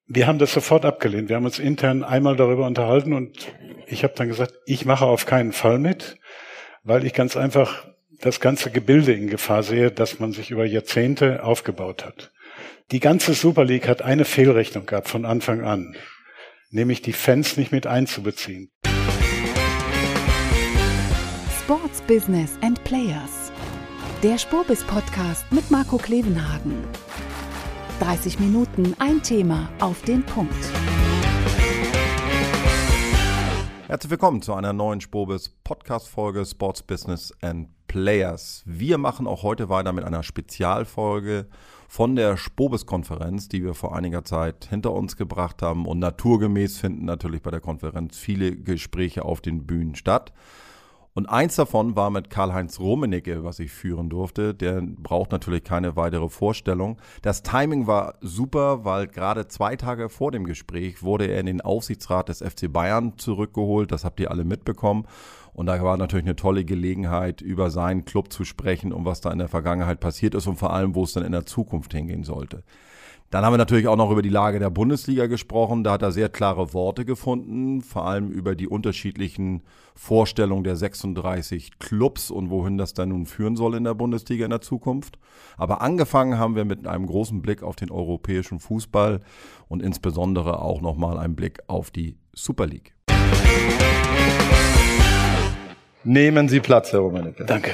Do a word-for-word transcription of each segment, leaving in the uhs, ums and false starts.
wir haben das sofort abgelehnt. Wir haben uns intern einmal darüber unterhalten und ich habe dann gesagt, ich mache auf keinen Fall mit, weil ich ganz einfach das ganze Gebilde in Gefahr sehe, das man sich über Jahrzehnte aufgebaut hat. Die ganze Super League hat eine Fehlrechnung gehabt von Anfang an, nämlich die Fans nicht mit einzubeziehen. Sports, Business and Players. Der Spurbis-Podcast mit Marco Klevenhagen. dreißig Minuten, ein Thema auf den Punkt. Herzlich willkommen zu einer neuen Spurbis-Podcast-Folge Sports, Business and Players. Wir machen auch heute weiter mit einer Spezialfolge von der Spurbis-Konferenz, die wir vor einiger Zeit hinter uns gebracht haben. Und naturgemäß finden natürlich bei der Konferenz viele Gespräche auf den Bühnen statt. Und eins davon war mit Karl-Heinz Rummenigge, was ich führen durfte. Der braucht natürlich keine weitere Vorstellung. Das Timing war super, weil gerade zwei Tage vor dem Gespräch wurde er in den Aufsichtsrat des F C Bayern zurückgeholt. Das habt ihr alle mitbekommen. Und da war natürlich eine tolle Gelegenheit, über seinen Club zu sprechen und was da in der Vergangenheit passiert ist und vor allem, wo es dann in der Zukunft hingehen sollte. Dann haben wir natürlich auch noch über die Lage der Bundesliga gesprochen. Da hat er sehr klare Worte gefunden, vor allem über die unterschiedlichen Vorstellungen der sechsunddreißig Clubs und wohin das dann nun führen soll in der Bundesliga in der Zukunft. Aber angefangen haben wir mit einem großen Blick auf den europäischen Fußball und insbesondere auch nochmal einen Blick auf die Super League. Nehmen Sie Platz, Herr Rummenigge. Danke.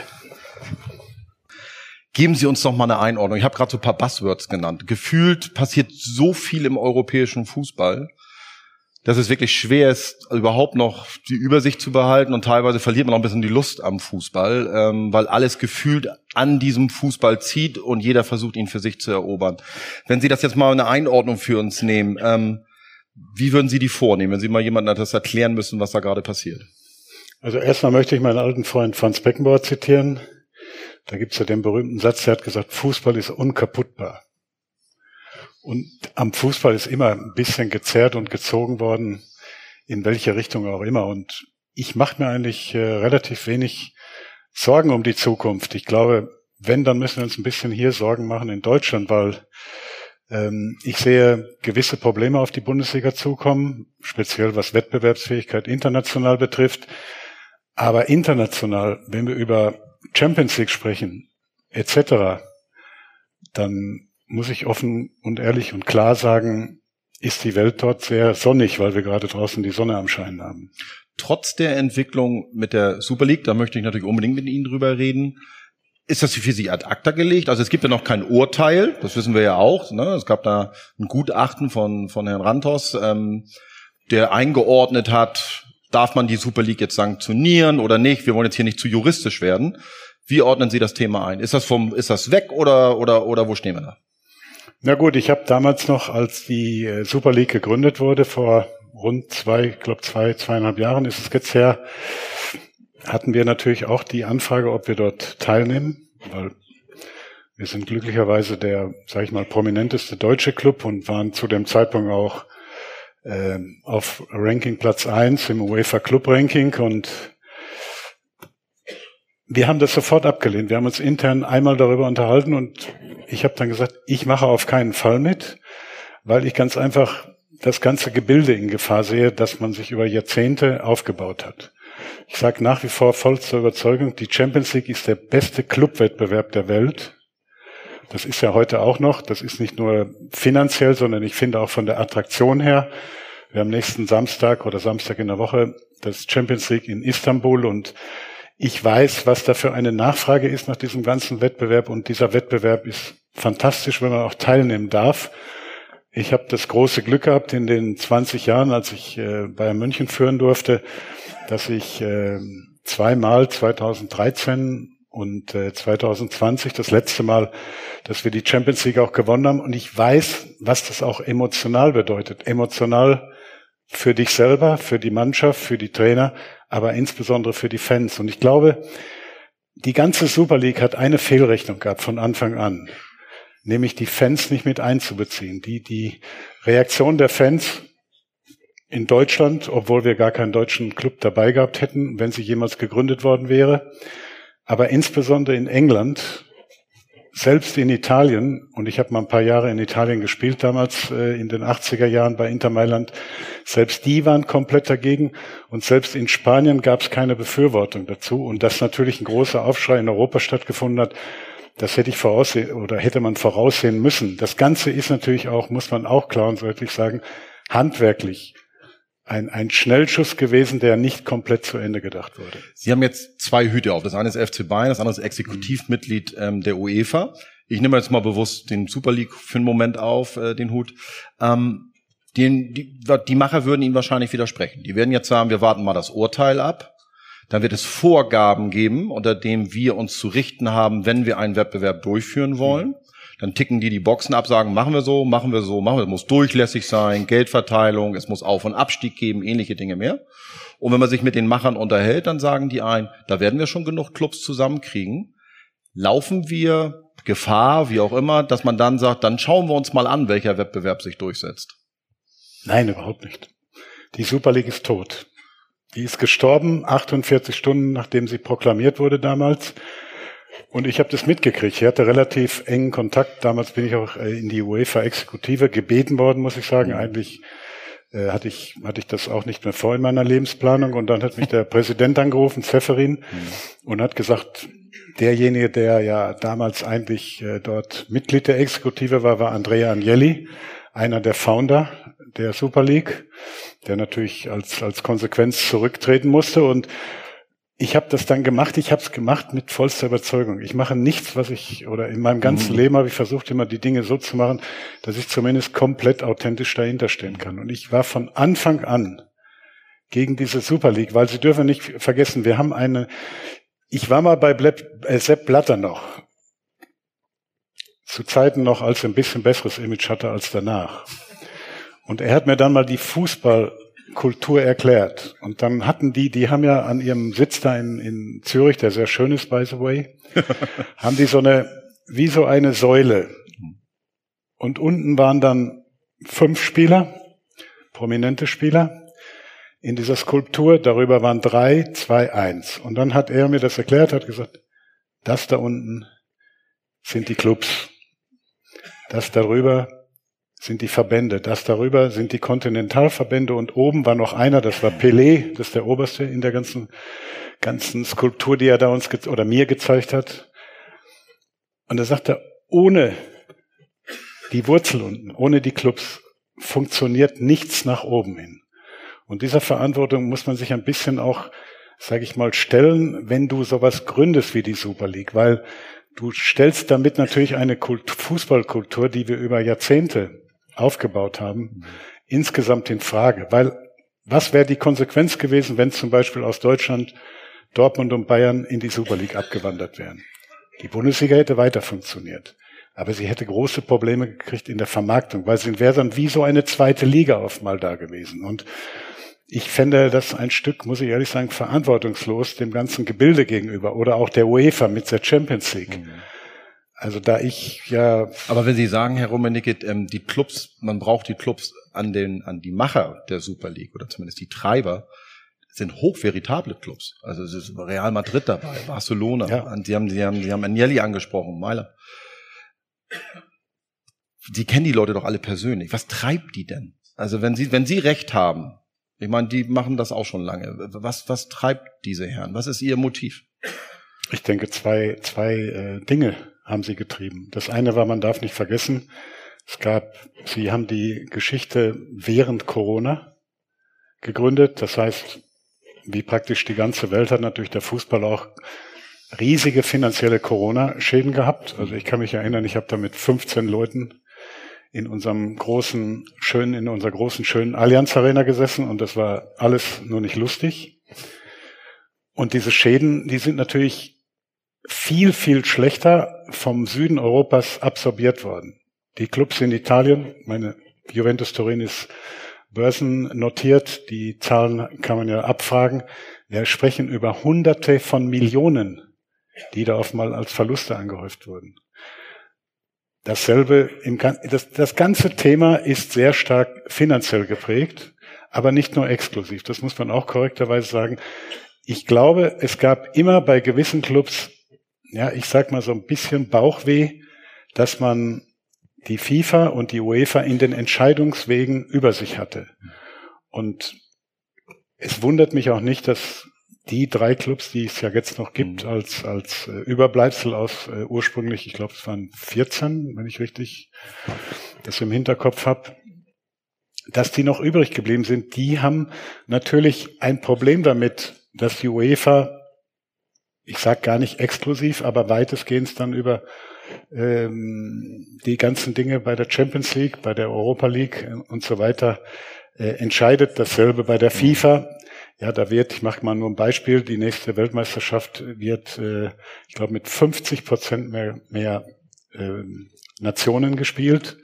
Geben Sie uns noch mal eine Einordnung. Ich habe gerade so ein paar Buzzwords genannt. Gefühlt passiert so viel im europäischen Fußball, dass es wirklich schwer ist, überhaupt noch die Übersicht zu behalten. Und teilweise verliert man auch ein bisschen die Lust am Fußball, ähm, weil alles gefühlt an diesem Fußball zieht und jeder versucht, ihn für sich zu erobern. Wenn Sie das jetzt mal eine Einordnung für uns nehmen, ähm, wie würden Sie die vornehmen, wenn Sie mal jemandem das erklären müssen, was da gerade passiert? Also erstmal möchte ich meinen alten Freund Franz Beckenbauer zitieren. Da gibt's ja den berühmten Satz, der hat gesagt, Fußball ist unkaputtbar. Und am Fußball ist immer ein bisschen gezerrt und gezogen worden, in welche Richtung auch immer. Und ich mache mir eigentlich äh, relativ wenig Sorgen um die Zukunft. Ich glaube, wenn, dann müssen wir uns ein bisschen hier Sorgen machen in Deutschland, weil ähm, ich sehe gewisse Probleme auf die Bundesliga zukommen, speziell was Wettbewerbsfähigkeit international betrifft. Aber international, wenn wir über Champions League sprechen, et cetera, dann muss ich offen und ehrlich und klar sagen, ist die Welt dort sehr sonnig, weil wir gerade draußen die Sonne am Schein haben. Trotz der Entwicklung mit der Super League, da möchte ich natürlich unbedingt mit Ihnen drüber reden, ist das für Sie ad acta gelegt? Also es gibt ja noch kein Urteil, das wissen wir ja auch. Ne? Es gab da ein Gutachten von, von Herrn Rantos, ähm, der eingeordnet hat, darf man die Super League jetzt sanktionieren oder nicht? Wir wollen jetzt hier nicht zu juristisch werden. Wie ordnen Sie das Thema ein? Ist das vom, ist das weg oder, oder, oder wo stehen wir da? Na gut, ich habe damals noch, als die Super League gegründet wurde, vor rund zwei, ich glaube zwei, zweieinhalb Jahren ist es jetzt her, hatten wir natürlich auch die Anfrage, ob wir dort teilnehmen, weil wir sind glücklicherweise der, sage ich mal, prominenteste deutsche Club und waren zu dem Zeitpunkt auch auf Ranking Platz eins im UEFA Club Ranking und wir haben das sofort abgelehnt. Wir haben uns intern einmal darüber unterhalten und ich habe dann gesagt, ich mache auf keinen Fall mit, weil ich ganz einfach das ganze Gebilde in Gefahr sehe, das man sich über Jahrzehnte aufgebaut hat. Ich sage nach wie vor voll zur Überzeugung, die Champions League ist der beste Clubwettbewerb der Welt. Das ist ja heute auch noch. Das ist nicht nur finanziell, sondern ich finde auch von der Attraktion her. Wir haben nächsten Samstag oder Samstag in der Woche das Champions League in Istanbul und ich weiß, was da für eine Nachfrage ist nach diesem ganzen Wettbewerb und dieser Wettbewerb ist fantastisch, wenn man auch teilnehmen darf. Ich habe das große Glück gehabt in den zwanzig Jahren, als ich äh, Bayern München führen durfte, dass ich äh, zweimal zweitausenddreizehn und äh, zweitausendzwanzig das letzte Mal, dass wir die Champions League auch gewonnen haben. Und ich weiß, was das auch emotional bedeutet. Emotional für dich selber, für die Mannschaft, für die Trainer, aber insbesondere für die Fans. Und ich glaube, die ganze Super League hat eine Fehlrechnung gehabt von Anfang an, nämlich die Fans nicht mit einzubeziehen. Die, die Reaktion der Fans in Deutschland, obwohl wir gar keinen deutschen Club dabei gehabt hätten, wenn sie jemals gegründet worden wäre, aber insbesondere in England selbst in Italien, und ich habe mal ein paar Jahre in Italien gespielt damals, äh, in den achtziger Jahren bei Inter Mailand, selbst die waren komplett dagegen und selbst in Spanien gab es keine Befürwortung dazu. Und dass natürlich ein großer Aufschrei in Europa stattgefunden hat, das hätte ich voraussehen oder hätte man voraussehen müssen. Das Ganze ist natürlich auch, muss man auch klar und deutlich sagen, handwerklich ein, ein Schnellschuss gewesen, der nicht komplett zu Ende gedacht wurde. Sie haben jetzt zwei Hüte auf. Das eine ist F C Bayern, das andere ist Exekutivmitglied ähm, der UEFA. Ich nehme jetzt mal bewusst den Super League für einen Moment auf, äh, den Hut. Ähm, den, die, die Macher würden Ihnen wahrscheinlich widersprechen. Die werden jetzt sagen, wir warten mal das Urteil ab. Dann wird es Vorgaben geben, unter denen wir uns zu richten haben, wenn wir einen Wettbewerb durchführen wollen. Mhm. Dann ticken die die Boxen ab, sagen, machen wir so, machen wir so, machen wir, es muss durchlässig sein, Geldverteilung, es muss Auf- und Abstieg geben, ähnliche Dinge mehr. Und wenn man sich mit den Machern unterhält, dann sagen die ein, da werden wir schon genug Clubs zusammenkriegen. Laufen wir Gefahr, wie auch immer, dass man dann sagt, dann schauen wir uns mal an, welcher Wettbewerb sich durchsetzt. Nein, überhaupt nicht. Die Super League ist tot. Die ist gestorben, achtundvierzig Stunden, nachdem sie proklamiert wurde damals. Und ich habe das mitgekriegt. Ich hatte relativ engen Kontakt. Damals bin ich auch in die UEFA-Exekutive gebeten worden, muss ich sagen. Mhm. Eigentlich äh, hatte ich hatte ich das auch nicht mehr vor in meiner Lebensplanung. Und dann hat mich der Präsident angerufen, Zeferin, mhm. und hat gesagt, derjenige, der ja damals eigentlich äh, dort Mitglied der Exekutive war, war Andrea Agnelli, einer der Founder der Super League, der natürlich als als Konsequenz zurücktreten musste. Und ich habe das dann gemacht. Ich habe es gemacht mit vollster Überzeugung. Ich mache nichts, was ich, oder in meinem ganzen mhm. Leben habe ich versucht, immer die Dinge so zu machen, dass ich zumindest komplett authentisch dahinter stehen kann. Und ich war von Anfang an gegen diese Super League, weil Sie dürfen nicht vergessen, wir haben eine, ich war mal bei Ble- äh, Sepp Blatter noch, zu Zeiten noch, als er ein bisschen besseres Image hatte als danach. Und er hat mir dann mal die Fußballkultur erklärt. Und dann hatten die, die haben ja an ihrem Sitz da in, in Zürich, der sehr schön ist, by the way, haben die so eine, wie so eine Säule. Und unten waren dann fünf Spieler, prominente Spieler in dieser Skulptur. Darüber waren drei, zwei, eins. Und dann hat er mir das erklärt, hat gesagt, das da unten sind die Clubs. Das darüber sind die Verbände. Das darüber sind die Kontinentalverbände und oben war noch einer, das war Pelé, das ist der Oberste in der ganzen, ganzen Skulptur, die er da uns ge- oder mir gezeigt hat. Und er sagte, ohne die Wurzel unten, ohne die Clubs funktioniert nichts nach oben hin. Und dieser Verantwortung muss man sich ein bisschen auch, sage ich mal, stellen, wenn du sowas gründest wie die Super League, weil du stellst damit natürlich eine Kult- Fußballkultur, die wir über Jahrzehnte aufgebaut haben, mhm. insgesamt in Frage. Weil was wäre die Konsequenz gewesen, wenn zum Beispiel aus Deutschland Dortmund und Bayern in die Super League abgewandert wären? Die Bundesliga hätte weiter funktioniert. Aber sie hätte große Probleme gekriegt in der Vermarktung, weil sie wäre dann wie so eine zweite Liga oft mal da gewesen. Und ich fände das ein Stück, muss ich ehrlich sagen, verantwortungslos dem ganzen Gebilde gegenüber oder auch der UEFA mit der Champions League. Mhm. Also da ich ja... Aber wenn Sie sagen, Herr Rummenigge, ähm, die Clubs, man braucht die Clubs an den, an die Macher der Super League oder zumindest die Treiber, sind hochveritable Clubs. Also es ist Real Madrid dabei, Barcelona. Ja. Sie haben, Sie haben, Sie haben Agnelli angesprochen, Mailand. Die kennen die Leute doch alle persönlich. Was treibt die denn? Also wenn Sie, wenn Sie recht haben, ich meine, die machen das auch schon lange. Was, was treibt diese Herren? Was ist ihr Motiv? Ich denke, zwei, zwei äh, Dinge haben sie getrieben. Das eine war, man darf nicht vergessen, es gab, sie haben die Geschichte während Corona gegründet. Das heißt, wie praktisch die ganze Welt hat natürlich der Fußball auch riesige finanzielle Corona-Schäden gehabt. Also ich kann mich erinnern, ich habe da mit fünfzehn Leuten in unserem großen, schönen, in unserer großen, schönen Allianz Arena gesessen und das war alles nur nicht lustig. Und diese Schäden, die sind natürlich viel, viel schlechter vom Süden Europas absorbiert worden. Die Clubs in Italien, meine Juventus Turin ist börsennotiert, die Zahlen kann man ja abfragen. Wir sprechen über Hunderte von Millionen, die da oft mal als Verluste angehäuft wurden. Dasselbe, im, das, das ganze Thema ist sehr stark finanziell geprägt, aber nicht nur exklusiv. Das muss man auch korrekterweise sagen. Ich glaube, es gab immer bei gewissen Clubs, ja, ich sag mal so ein bisschen Bauchweh, dass man die FIFA und die UEFA in den Entscheidungswegen über sich hatte. Und es wundert mich auch nicht, dass die drei Clubs, die es ja jetzt noch gibt, als als äh, Überbleibsel aus äh, ursprünglich, ich glaube, es waren vierzehn, wenn ich richtig das im Hinterkopf habe, dass die noch übrig geblieben sind. Die haben natürlich ein Problem damit, dass die UEFA, ich sage gar nicht exklusiv, aber weitestgehend dann über ähm, die ganzen Dinge bei der Champions League, bei der Europa League und so weiter äh, entscheidet. Dasselbe bei der FIFA. Ja, da wird, ich mache mal nur ein Beispiel, die nächste Weltmeisterschaft wird, äh, ich glaube, mit fünfzig Prozent mehr, mehr äh, Nationen gespielt.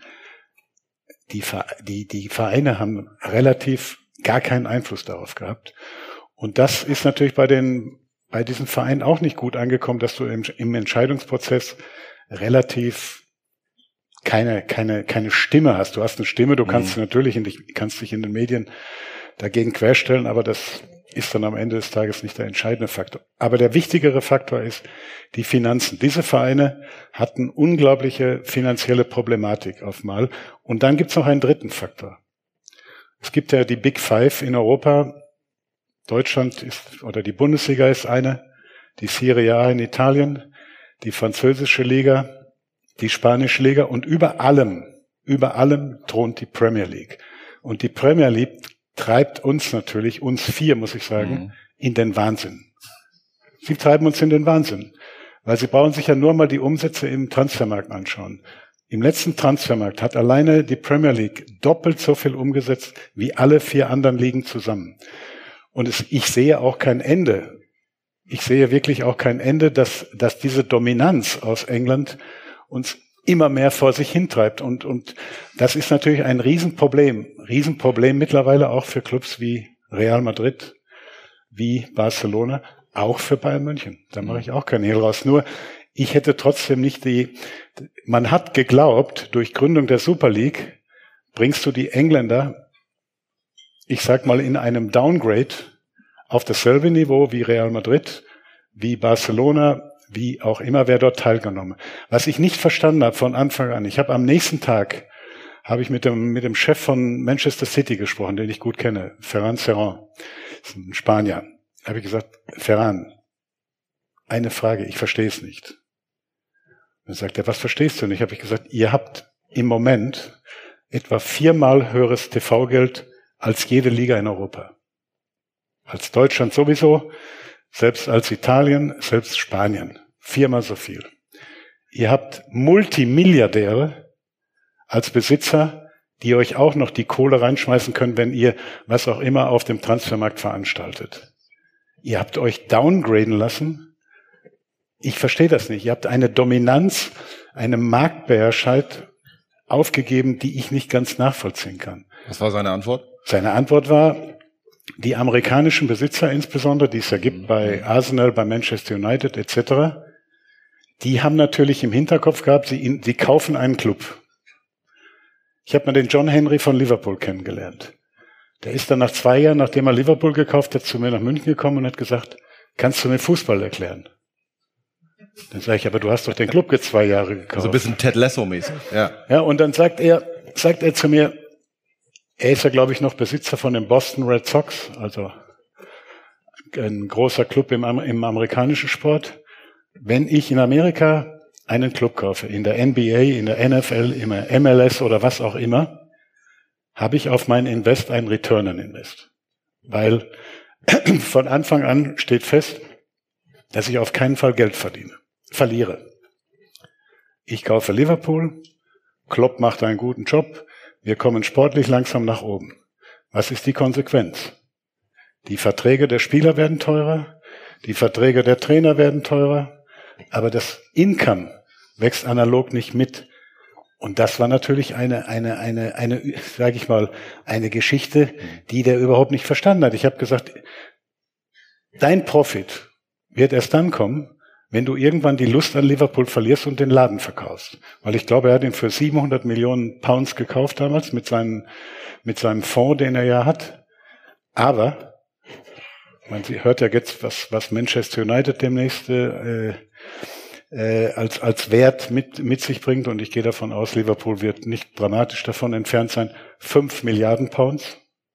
Die, die, die Vereine haben relativ gar keinen Einfluss darauf gehabt. Und das ist natürlich bei den, bei diesen Vereinen auch nicht gut angekommen, dass du im, im Entscheidungsprozess relativ keine, keine, keine Stimme hast. Du hast eine Stimme, du kannst mhm. natürlich in dich, kannst dich in den Medien dagegen querstellen, aber das ist dann am Ende des Tages nicht der entscheidende Faktor. Aber der wichtigere Faktor ist die Finanzen. Diese Vereine hatten unglaubliche finanzielle Problematik auf mal. Und dann gibt es noch einen dritten Faktor. Es gibt ja die Big Five in Europa. Deutschland ist, oder die Bundesliga ist eine, die Serie A in Italien, die französische Liga, die spanische Liga und über allem, über allem thront die Premier League. Und die Premier League treibt uns natürlich, uns vier, muss ich sagen, mhm. in den Wahnsinn. Sie treiben uns in den Wahnsinn. Weil sie brauchen sich ja nur mal die Umsätze im Transfermarkt anschauen. Im letzten Transfermarkt hat alleine die Premier League doppelt so viel umgesetzt wie alle vier anderen Ligen zusammen. Und es, ich sehe auch kein Ende. Ich sehe wirklich auch kein Ende, dass, dass diese Dominanz aus England uns immer mehr vor sich hintreibt. Und, und das ist natürlich ein Riesenproblem. Riesenproblem mittlerweile auch für Clubs wie Real Madrid, wie Barcelona, auch für Bayern München. Da mache ich auch keinen Hehl raus. Nur, ich hätte trotzdem nicht die, man hat geglaubt, durch Gründung der Super League bringst du die Engländer, ich sag mal, in einem Downgrade auf dasselbe Niveau wie Real Madrid, wie Barcelona, wie auch immer, wer dort teilgenommen. Was ich nicht verstanden habe von Anfang an, ich habe am nächsten Tag, habe ich mit dem mit dem Chef von Manchester City gesprochen, den ich gut kenne, Ferran Serrán, ist ein Spanier. Habe ich gesagt, Ferran, eine Frage, ich verstehe es nicht. Dann sagt er, was verstehst du nicht? Habe ich gesagt, ihr habt im Moment etwa viermal höheres T V-Geld als jede Liga in Europa. Als Deutschland sowieso, selbst als Italien, selbst Spanien. Viermal so viel. Ihr habt Multimilliardäre als Besitzer, die euch auch noch die Kohle reinschmeißen können, wenn ihr was auch immer auf dem Transfermarkt veranstaltet. Ihr habt euch downgraden lassen. Ich verstehe das nicht. Ihr habt eine Dominanz, eine Marktbeherrschheit aufgegeben, die ich nicht ganz nachvollziehen kann. Was war seine Antwort? Seine Antwort war, die amerikanischen Besitzer insbesondere, die es ja gibt bei Arsenal, bei Manchester United et cetera, die haben natürlich im Hinterkopf gehabt, sie, sie kaufen einen Club. Ich habe mal den John Henry von Liverpool kennengelernt. Der ist dann nach zwei Jahren, nachdem er Liverpool gekauft hat, zu mir nach München gekommen und hat gesagt, kannst du mir Fußball erklären? Dann sage ich, aber du hast doch den Club jetzt zwei Jahre gekauft. Also ein bisschen Ted Lasso-mäßig. Ja. Ja, und dann sagt er, sagt er zu mir, er ist ja, glaube ich, noch Besitzer von den Boston Red Sox, also ein großer Club im, im amerikanischen Sport. Wenn ich in Amerika einen Club kaufe, in der N B A, in der N F L, in der M L S oder was auch immer, habe ich auf mein Invest einen Return on Invest. Weil von Anfang an steht fest, dass ich auf keinen Fall Geld verdiene, verliere. Ich kaufe Liverpool, Klopp macht einen guten Job, wir kommen sportlich langsam nach oben. Was ist die Konsequenz? Die Verträge der Spieler werden teurer, die Verträge der Trainer werden teurer, aber das Income wächst analog nicht mit. Und das war natürlich eine, eine, eine, eine, sage ich mal, eine Geschichte, die der überhaupt nicht verstanden hat. Ich habe gesagt, dein Profit wird erst dann kommen, wenn du irgendwann die Lust an Liverpool verlierst und den Laden verkaufst. Weil ich glaube, er hat ihn für siebenhundert Millionen Pounds gekauft damals mit seinem, mit seinem Fonds, den er ja hat. Aber, man hört ja jetzt, was, was Manchester United demnächst äh, äh, als als Wert mit mit sich bringt. Und ich gehe davon aus, Liverpool wird nicht dramatisch davon entfernt sein. Fünf Milliarden Pounds,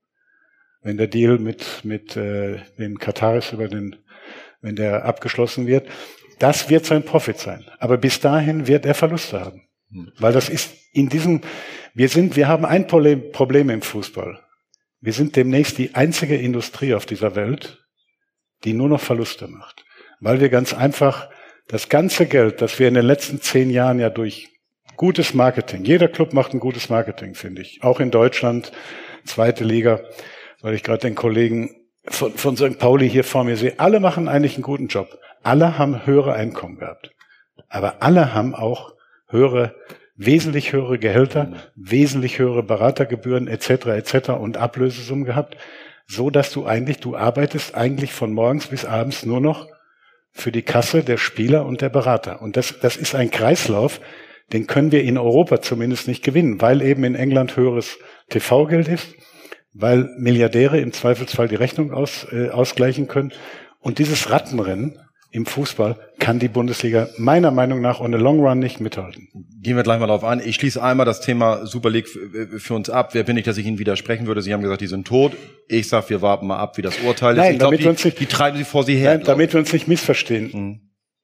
wenn der Deal mit mit äh, den Kataris über den, wenn der abgeschlossen wird. Das wird sein Profit sein. Aber bis dahin wird er Verluste haben. Hm. Weil das ist in diesem, wir sind, wir haben ein Problem, Problem im Fußball. Wir sind demnächst die einzige Industrie auf dieser Welt, die nur noch Verluste macht. Weil wir ganz einfach das ganze Geld, das wir in den letzten zehn Jahren ja durch gutes Marketing, jeder Club macht ein gutes Marketing, finde ich. Auch in Deutschland, zweite Liga, weil ich gerade den Kollegen von, von Sankt Pauli hier vor mir sehe. Alle machen eigentlich einen guten Job. Alle haben höhere Einkommen gehabt. Aber alle haben auch höhere, wesentlich höhere Gehälter, mhm. wesentlich höhere Beratergebühren et cetera et cetera und Ablösesummen gehabt, so dass du eigentlich, du arbeitest eigentlich von morgens bis abends nur noch für die Kasse der Spieler und der Berater. Und das, das ist ein Kreislauf, den können wir in Europa zumindest nicht gewinnen, weil eben in England höheres T V-Geld ist, weil Milliardäre im Zweifelsfall die Rechnung aus, äh, ausgleichen können. Und dieses Rattenrennen im Fußball kann die Bundesliga meiner Meinung nach on the long run nicht mithalten. Gehen wir gleich mal darauf ein. Ich schließe einmal das Thema Super League für uns ab. Wer bin ich, dass ich Ihnen widersprechen würde? Sie haben gesagt, die sind tot. Ich sage, wir warten mal ab, wie das Urteil Nein, ist. Ich glaube, die, nicht, die treiben Sie vor Sie her. Nein, damit wir uns nicht missverstehen. Mhm.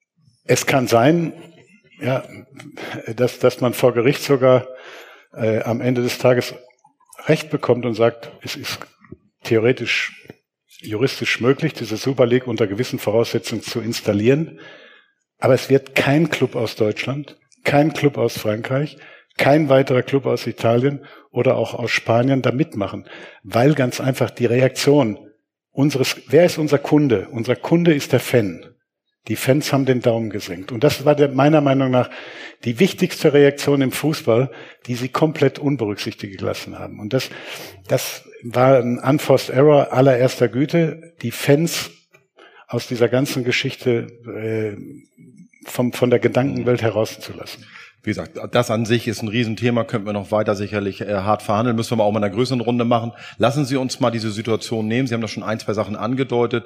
Es kann sein, ja, dass, dass man vor Gericht sogar äh, am Ende des Tages Recht bekommt und sagt, es ist theoretisch juristisch möglich, diese Super League unter gewissen Voraussetzungen zu installieren. Aber es wird kein Club aus Deutschland, kein Club aus Frankreich, kein weiterer Club aus Italien oder auch aus Spanien da mitmachen. Weil ganz einfach die Reaktion unseres, wer ist unser Kunde? Unser Kunde ist der Fan. Die Fans haben den Daumen gesenkt. Und das war der, meiner Meinung nach die wichtigste Reaktion im Fußball, die sie komplett unberücksichtigt gelassen haben. Und das, das war ein unforced error allererster Güte, die Fans aus dieser ganzen Geschichte äh, vom, von der Gedankenwelt herauszulassen. Wie gesagt, das an sich ist ein Riesenthema, könnten wir noch weiter sicherlich äh, hart verhandeln, müssen wir mal auch mal in einer größeren Runde machen. Lassen Sie uns mal diese Situation nehmen. Sie haben da schon ein, zwei Sachen angedeutet,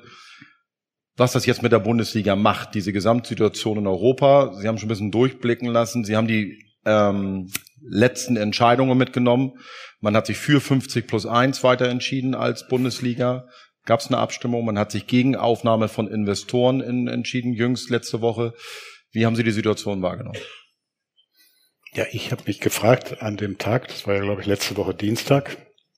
was das jetzt mit der Bundesliga macht, diese Gesamtsituation in Europa. Sie haben schon ein bisschen durchblicken lassen. Sie haben die ähm, letzten Entscheidungen mitgenommen. Man hat sich für fünfzig plus eins weiter entschieden als Bundesliga. Gab es eine Abstimmung. Man hat sich gegen Aufnahme von Investoren in, entschieden, jüngst letzte Woche. Wie haben Sie die Situation wahrgenommen? Ja, ich habe mich gefragt an dem Tag, das war ja, glaube ich, letzte Woche Dienstag,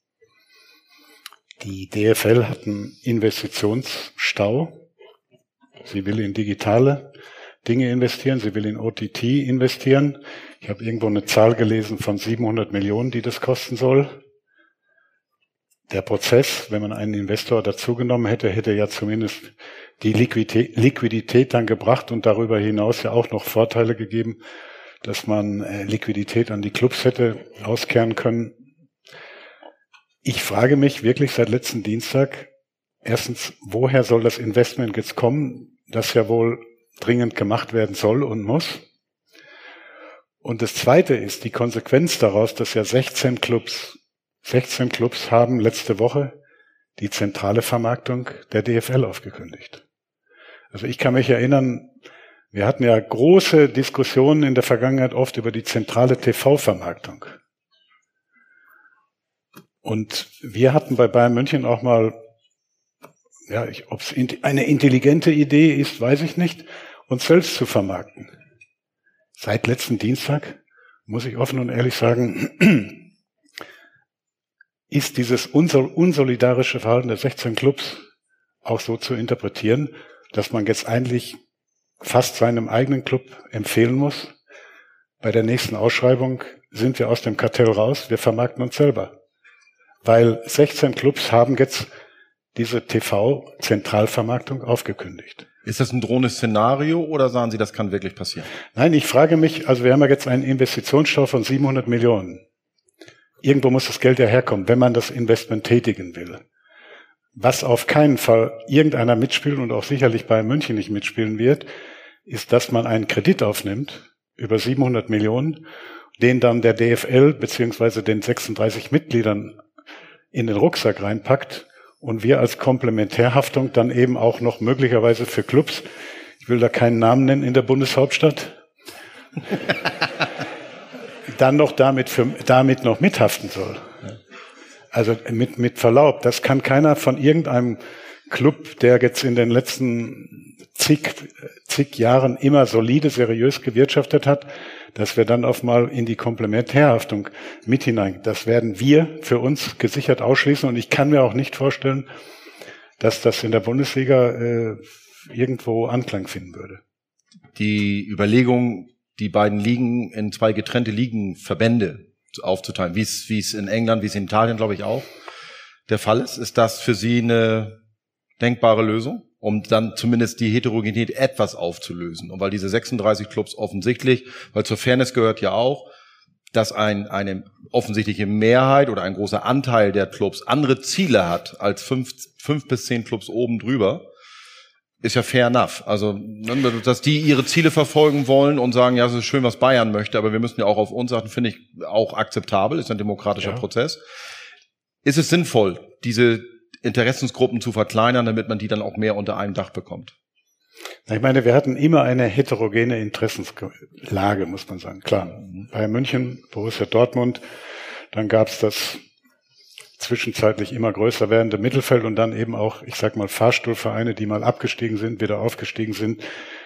die D F L hat einen Investitionsstau. Sie will in digitale Dinge investieren, sie will in O T T investieren. Ich habe irgendwo eine Zahl gelesen von siebenhundert Millionen, die das kosten soll. Der Prozess, wenn man einen Investor dazugenommen hätte, hätte ja zumindest die Liquidität, Liquidität dann gebracht und darüber hinaus ja auch noch Vorteile gegeben, dass man äh, Liquidität an die Clubs hätte auskehren können. Ich frage mich wirklich seit letzten Dienstag, erstens, woher soll das Investment jetzt kommen, das ja wohl dringend gemacht werden soll und muss? Und das Zweite ist die Konsequenz daraus, dass ja sechzehn Clubs, sechzehn Clubs haben letzte Woche die zentrale Vermarktung der D F L aufgekündigt. Also ich kann mich erinnern, wir hatten ja große Diskussionen in der Vergangenheit oft über die zentrale T V-Vermarktung. Und wir hatten bei Bayern München auch mal, ja, ob es eine intelligente Idee ist, weiß ich nicht, uns selbst zu vermarkten. Seit letzten Dienstag, muss ich offen und ehrlich sagen, ist dieses unsolidarische Verhalten der sechzehn Clubs auch so zu interpretieren, dass man jetzt eigentlich fast seinem eigenen Club empfehlen muss, bei der nächsten Ausschreibung sind wir aus dem Kartell raus, wir vermarkten uns selber. Weil sechzehn Clubs haben jetzt diese T V-Zentralvermarktung aufgekündigt. Ist das ein drohendes Szenario oder sagen Sie, das kann wirklich passieren? Nein, ich frage mich, also wir haben ja jetzt einen Investitionsstau von siebenhundert Millionen. Irgendwo muss das Geld ja herkommen, wenn man das Investment tätigen will. Was auf keinen Fall irgendeiner mitspielen und auch sicherlich Bayern München nicht mitspielen wird, ist, dass man einen Kredit aufnimmt über siebenhundert Millionen, den dann der D F L beziehungsweise den sechsunddreißig Mitgliedern in den Rucksack reinpackt und wir als Komplementärhaftung dann eben auch noch möglicherweise für Clubs, ich ich will da keinen Namen nennen in der Bundeshauptstadt, dann noch damit, für, damit noch mithaften soll. Also mit, mit Verlaub, das kann keiner von irgendeinem Club, der jetzt in den letzten zig, zig Jahren immer solide, seriös gewirtschaftet hat, dass wir dann auf mal in die Komplementärhaftung mit hinein. Das werden wir für uns gesichert ausschließen und ich kann mir auch nicht vorstellen, dass das in der Bundesliga äh, irgendwo Anklang finden würde. Die Überlegung, die beiden Ligen in zwei getrennte Ligenverbände aufzuteilen, wie es wie es in England, wie es in Italien, glaube ich, auch der Fall ist, ist das für Sie eine denkbare Lösung, um dann zumindest die Heterogenität etwas aufzulösen? Und weil diese sechsunddreißig Clubs offensichtlich, weil zur Fairness gehört ja auch, dass ein, eine offensichtliche Mehrheit oder ein großer Anteil der Clubs andere Ziele hat als fünf, fünf bis zehn Clubs oben drüber, ist ja fair enough. Also, dass die ihre Ziele verfolgen wollen und sagen, ja, es ist schön, was Bayern möchte, aber wir müssen ja auch auf uns achten, finde ich auch akzeptabel, ist ein demokratischer ja. Prozess. Ist es sinnvoll, diese Interessensgruppen zu verkleinern, damit man die dann auch mehr unter einem Dach bekommt? Ich meine, wir hatten immer eine heterogene Interessenslage, muss man sagen. Klar, mhm. Bayern München, Borussia Dortmund, dann gab es das zwischenzeitlich immer größer werdende Mittelfeld und dann eben auch, ich sag mal, Fahrstuhlvereine, die mal abgestiegen sind, wieder aufgestiegen sind.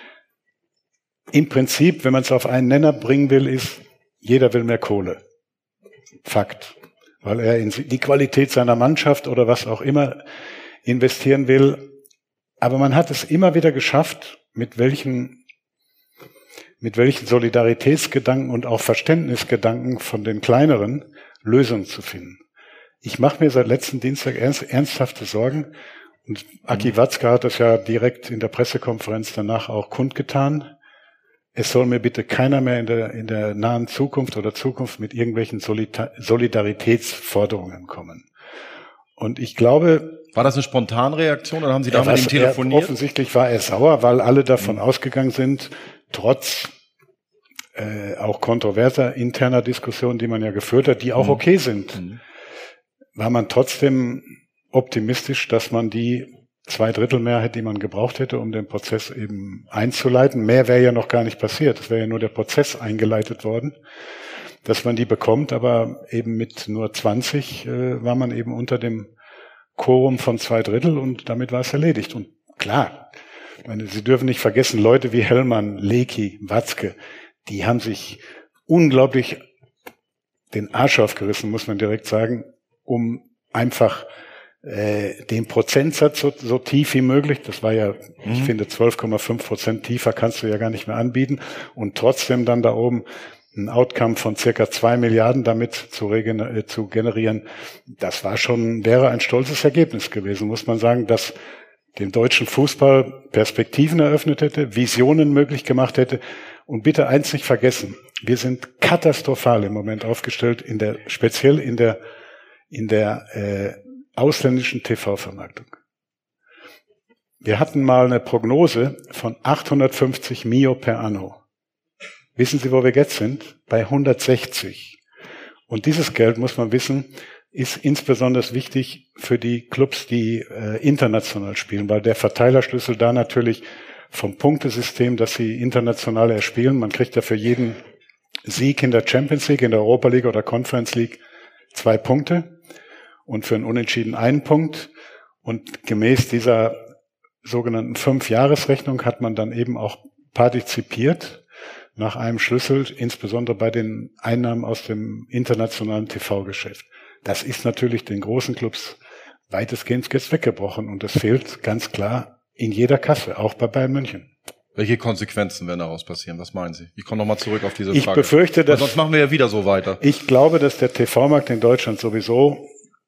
Im Prinzip, wenn man es auf einen Nenner bringen will, ist, jeder will mehr Kohle. Fakt. Weil er in die Qualität seiner Mannschaft oder was auch immer investieren will. Aber man hat es immer wieder geschafft, mit welchen, mit welchen Solidaritätsgedanken und auch Verständnisgedanken von den kleineren Lösungen zu finden. Ich mache mir seit letzten Dienstag ernst, ernsthafte Sorgen. Und Aki Watzke hat das ja direkt in der Pressekonferenz danach auch kundgetan. Es soll mir bitte keiner mehr in der, in der nahen Zukunft oder Zukunft mit irgendwelchen Solidaritätsforderungen kommen. Und ich glaube... War das eine Spontanreaktion oder haben Sie da mit ihm telefoniert? Offensichtlich war er sauer, weil alle davon mhm. ausgegangen sind, trotz äh, auch kontroverser interner Diskussionen, die man ja geführt hat, die auch mhm. okay sind, mhm. war man trotzdem optimistisch, dass man die Zweidrittelmehrheit, die man gebraucht hätte, um den Prozess eben einzuleiten. Mehr wäre ja noch gar nicht passiert. Es wäre ja nur der Prozess eingeleitet worden, dass man die bekommt. Aber eben mit nur zwanzig äh, war man eben unter dem Quorum von zwei Drittel und damit war es erledigt. Und klar, ich meine, Sie dürfen nicht vergessen, Leute wie Hellmann, Lecky, Watzke, die haben sich unglaublich den Arsch aufgerissen, muss man direkt sagen, um einfach äh, den Prozentsatz so, so tief wie möglich, das war ja, mhm. ich finde, zwölf Komma fünf Prozent tiefer kannst du ja gar nicht mehr anbieten und trotzdem dann da oben ein Outcome von circa zwei Milliarden damit zu, regener- äh, zu generieren, das war schon, wäre ein stolzes Ergebnis gewesen, muss man sagen, dass dem deutschen Fußball Perspektiven eröffnet hätte, Visionen möglich gemacht hätte. Und bitte eins nicht vergessen, wir sind katastrophal im Moment aufgestellt, in der, speziell in der in der äh, ausländischen T V-Vermarktung. Wir hatten mal eine Prognose von achthundertfünfzig Mio per anno. Wissen Sie, wo wir jetzt sind? Bei hundertsechzig. Und dieses Geld, muss man wissen, ist insbesondere wichtig für die Clubs, die äh, international spielen, weil der Verteilerschlüssel da natürlich vom Punktesystem, das sie international erspielen, man kriegt ja für jeden Sieg in der Champions League, in der Europa League oder Conference League zwei Punkte und für einen Unentschieden einen Punkt. Und gemäß dieser sogenannten Fünf-Jahres-Rechnung hat man dann eben auch partizipiert nach einem Schlüssel, insbesondere bei den Einnahmen aus dem internationalen T V-Geschäft. Das ist natürlich den großen Clubs weitestgehend jetzt weggebrochen und das fehlt ganz klar in jeder Kasse, auch bei Bayern München. Welche Konsequenzen werden daraus passieren? Was meinen Sie? Ich komme nochmal zurück auf diese Frage. Ich befürchte, dass... Weil sonst machen wir ja wieder so weiter. Ich glaube, dass der T V-Markt in Deutschland sowieso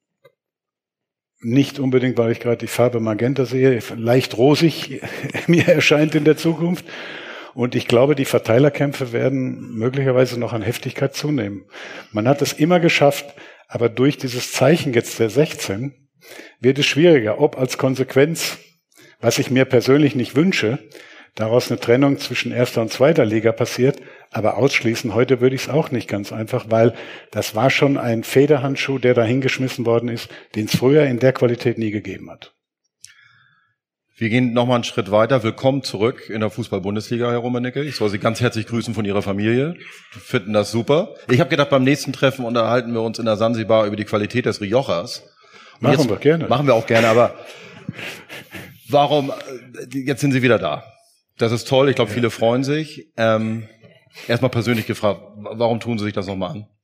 nicht unbedingt, weil ich gerade die Farbe Magenta sehe, leicht rosig mir erscheint in der Zukunft. Und ich glaube, die Verteilerkämpfe werden möglicherweise noch an Heftigkeit zunehmen. Man hat es immer geschafft, aber durch dieses Zeichen jetzt der sechzehn wird es schwieriger, ob als Konsequenz, was ich mir persönlich nicht wünsche, daraus eine Trennung zwischen erster und zweiter Liga passiert, aber ausschließen heute würde ich es auch nicht ganz einfach, weil das war schon ein Federhandschuh, der da hingeschmissen worden ist, den es früher in der Qualität nie gegeben hat. Wir gehen nochmal einen Schritt weiter. Willkommen zurück in der Fußball-Bundesliga, Herr Rummenigge. Ich soll Sie ganz herzlich grüßen von Ihrer Familie. Die finden das super. Ich habe gedacht, beim nächsten Treffen unterhalten wir uns in der Sansibar über die Qualität des Riojas. Und machen jetzt, wir gerne. Machen wir auch gerne, aber warum, jetzt sind Sie wieder da. Das ist toll, ich glaube, viele freuen sich. Ähm, erstmal persönlich gefragt, warum tun Sie sich das nochmal an?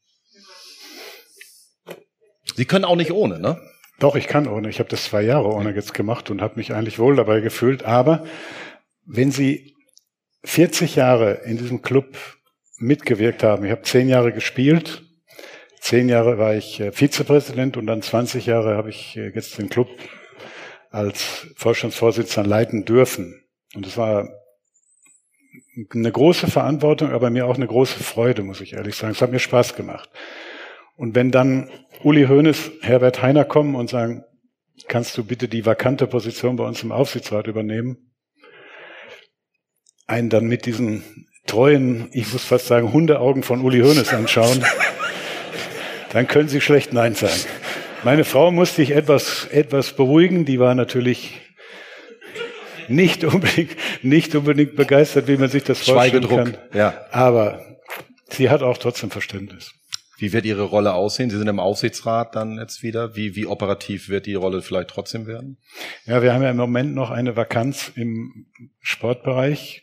Sie können auch nicht ohne, ne? Doch, ich kann ohne. Ich habe das zwei Jahre ohne jetzt gemacht und habe mich eigentlich wohl dabei gefühlt. Aber wenn Sie vierzig Jahre in diesem Club mitgewirkt haben, ich habe zehn Jahre gespielt, zehn Jahre war ich Vizepräsident und dann zwanzig Jahre habe ich jetzt den Club als Vorstandsvorsitzender leiten dürfen. Und es war eine große Verantwortung, aber mir auch eine große Freude, muss ich ehrlich sagen. Es hat mir Spaß gemacht. Und wenn dann Uli Hoeneß, Herbert Hainer kommen und sagen, kannst du bitte die vakante Position bei uns im Aufsichtsrat übernehmen, einen dann mit diesen treuen, ich muss fast sagen, Hundeaugen von Uli Hoeneß anschauen, dann können Sie schlecht Nein sagen. Meine Frau musste ich etwas, etwas beruhigen, die war natürlich nicht unbedingt, nicht unbedingt begeistert, wie man sich das vorstellen kann. Ja. Aber sie hat auch trotzdem Verständnis. Wie wird Ihre Rolle aussehen? Sie sind im Aufsichtsrat dann jetzt wieder. Wie, wie operativ wird die Rolle vielleicht trotzdem werden? Ja, wir haben ja im Moment noch eine Vakanz im Sportbereich.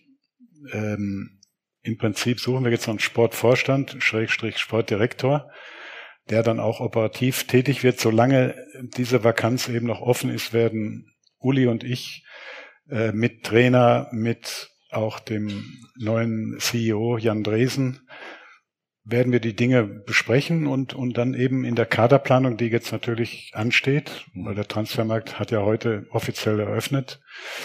Ähm, im Prinzip suchen wir jetzt noch einen Sportvorstand, Schrägstrich Sportdirektor, der dann auch operativ tätig wird. Solange diese Vakanz eben noch offen ist, werden Uli und ich äh, mit Trainer, mit auch dem neuen C E O Jan Dresen, werden wir die Dinge besprechen und, und dann eben in der Kaderplanung, die jetzt natürlich ansteht, weil der Transfermarkt hat ja heute offiziell eröffnet,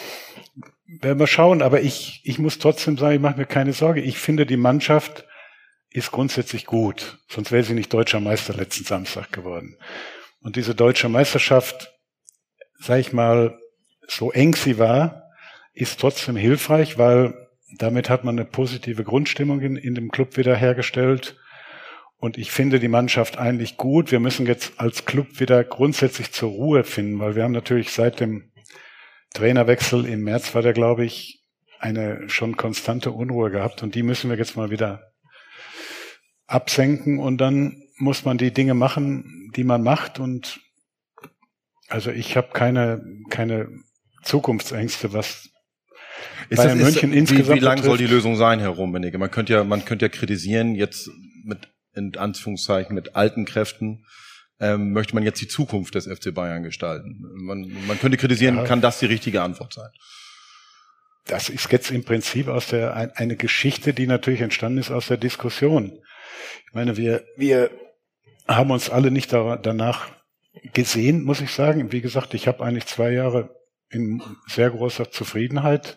werden wir schauen. Aber ich, ich muss trotzdem sagen, ich mache mir keine Sorge. Ich finde, die Mannschaft ist grundsätzlich gut. Sonst wäre sie nicht deutscher Meister letzten Samstag geworden. Und diese deutsche Meisterschaft, sag ich mal, so eng sie war, ist trotzdem hilfreich, weil damit hat man eine positive Grundstimmung in, in dem Club wieder hergestellt. Und ich finde die Mannschaft eigentlich gut. Wir müssen jetzt als Club wieder grundsätzlich zur Ruhe finden, weil wir haben natürlich seit dem Trainerwechsel im März war der, glaube ich, eine schon konstante Unruhe gehabt. Und die müssen wir jetzt mal wieder absenken. Und dann muss man die Dinge machen, die man macht. Und also ich habe keine, keine Zukunftsängste, was Ist Bayern das, München ist, insgesamt wie, wie lang betrifft. soll die Lösung sein, Herr Rummenigge? Man könnte ja, man könnte ja kritisieren, jetzt mit, in Anführungszeichen, mit alten Kräften, ähm, möchte man jetzt die Zukunft des F C Bayern gestalten. Man, man könnte kritisieren, Ja. kann das die richtige Antwort sein? Das ist jetzt im Prinzip aus der, ein, eine Geschichte, die natürlich entstanden ist aus der Diskussion. Ich meine, wir, wir haben uns alle nicht da, danach gesehen, muss ich sagen. Wie gesagt, ich habe eigentlich zwei Jahre in sehr großer Zufriedenheit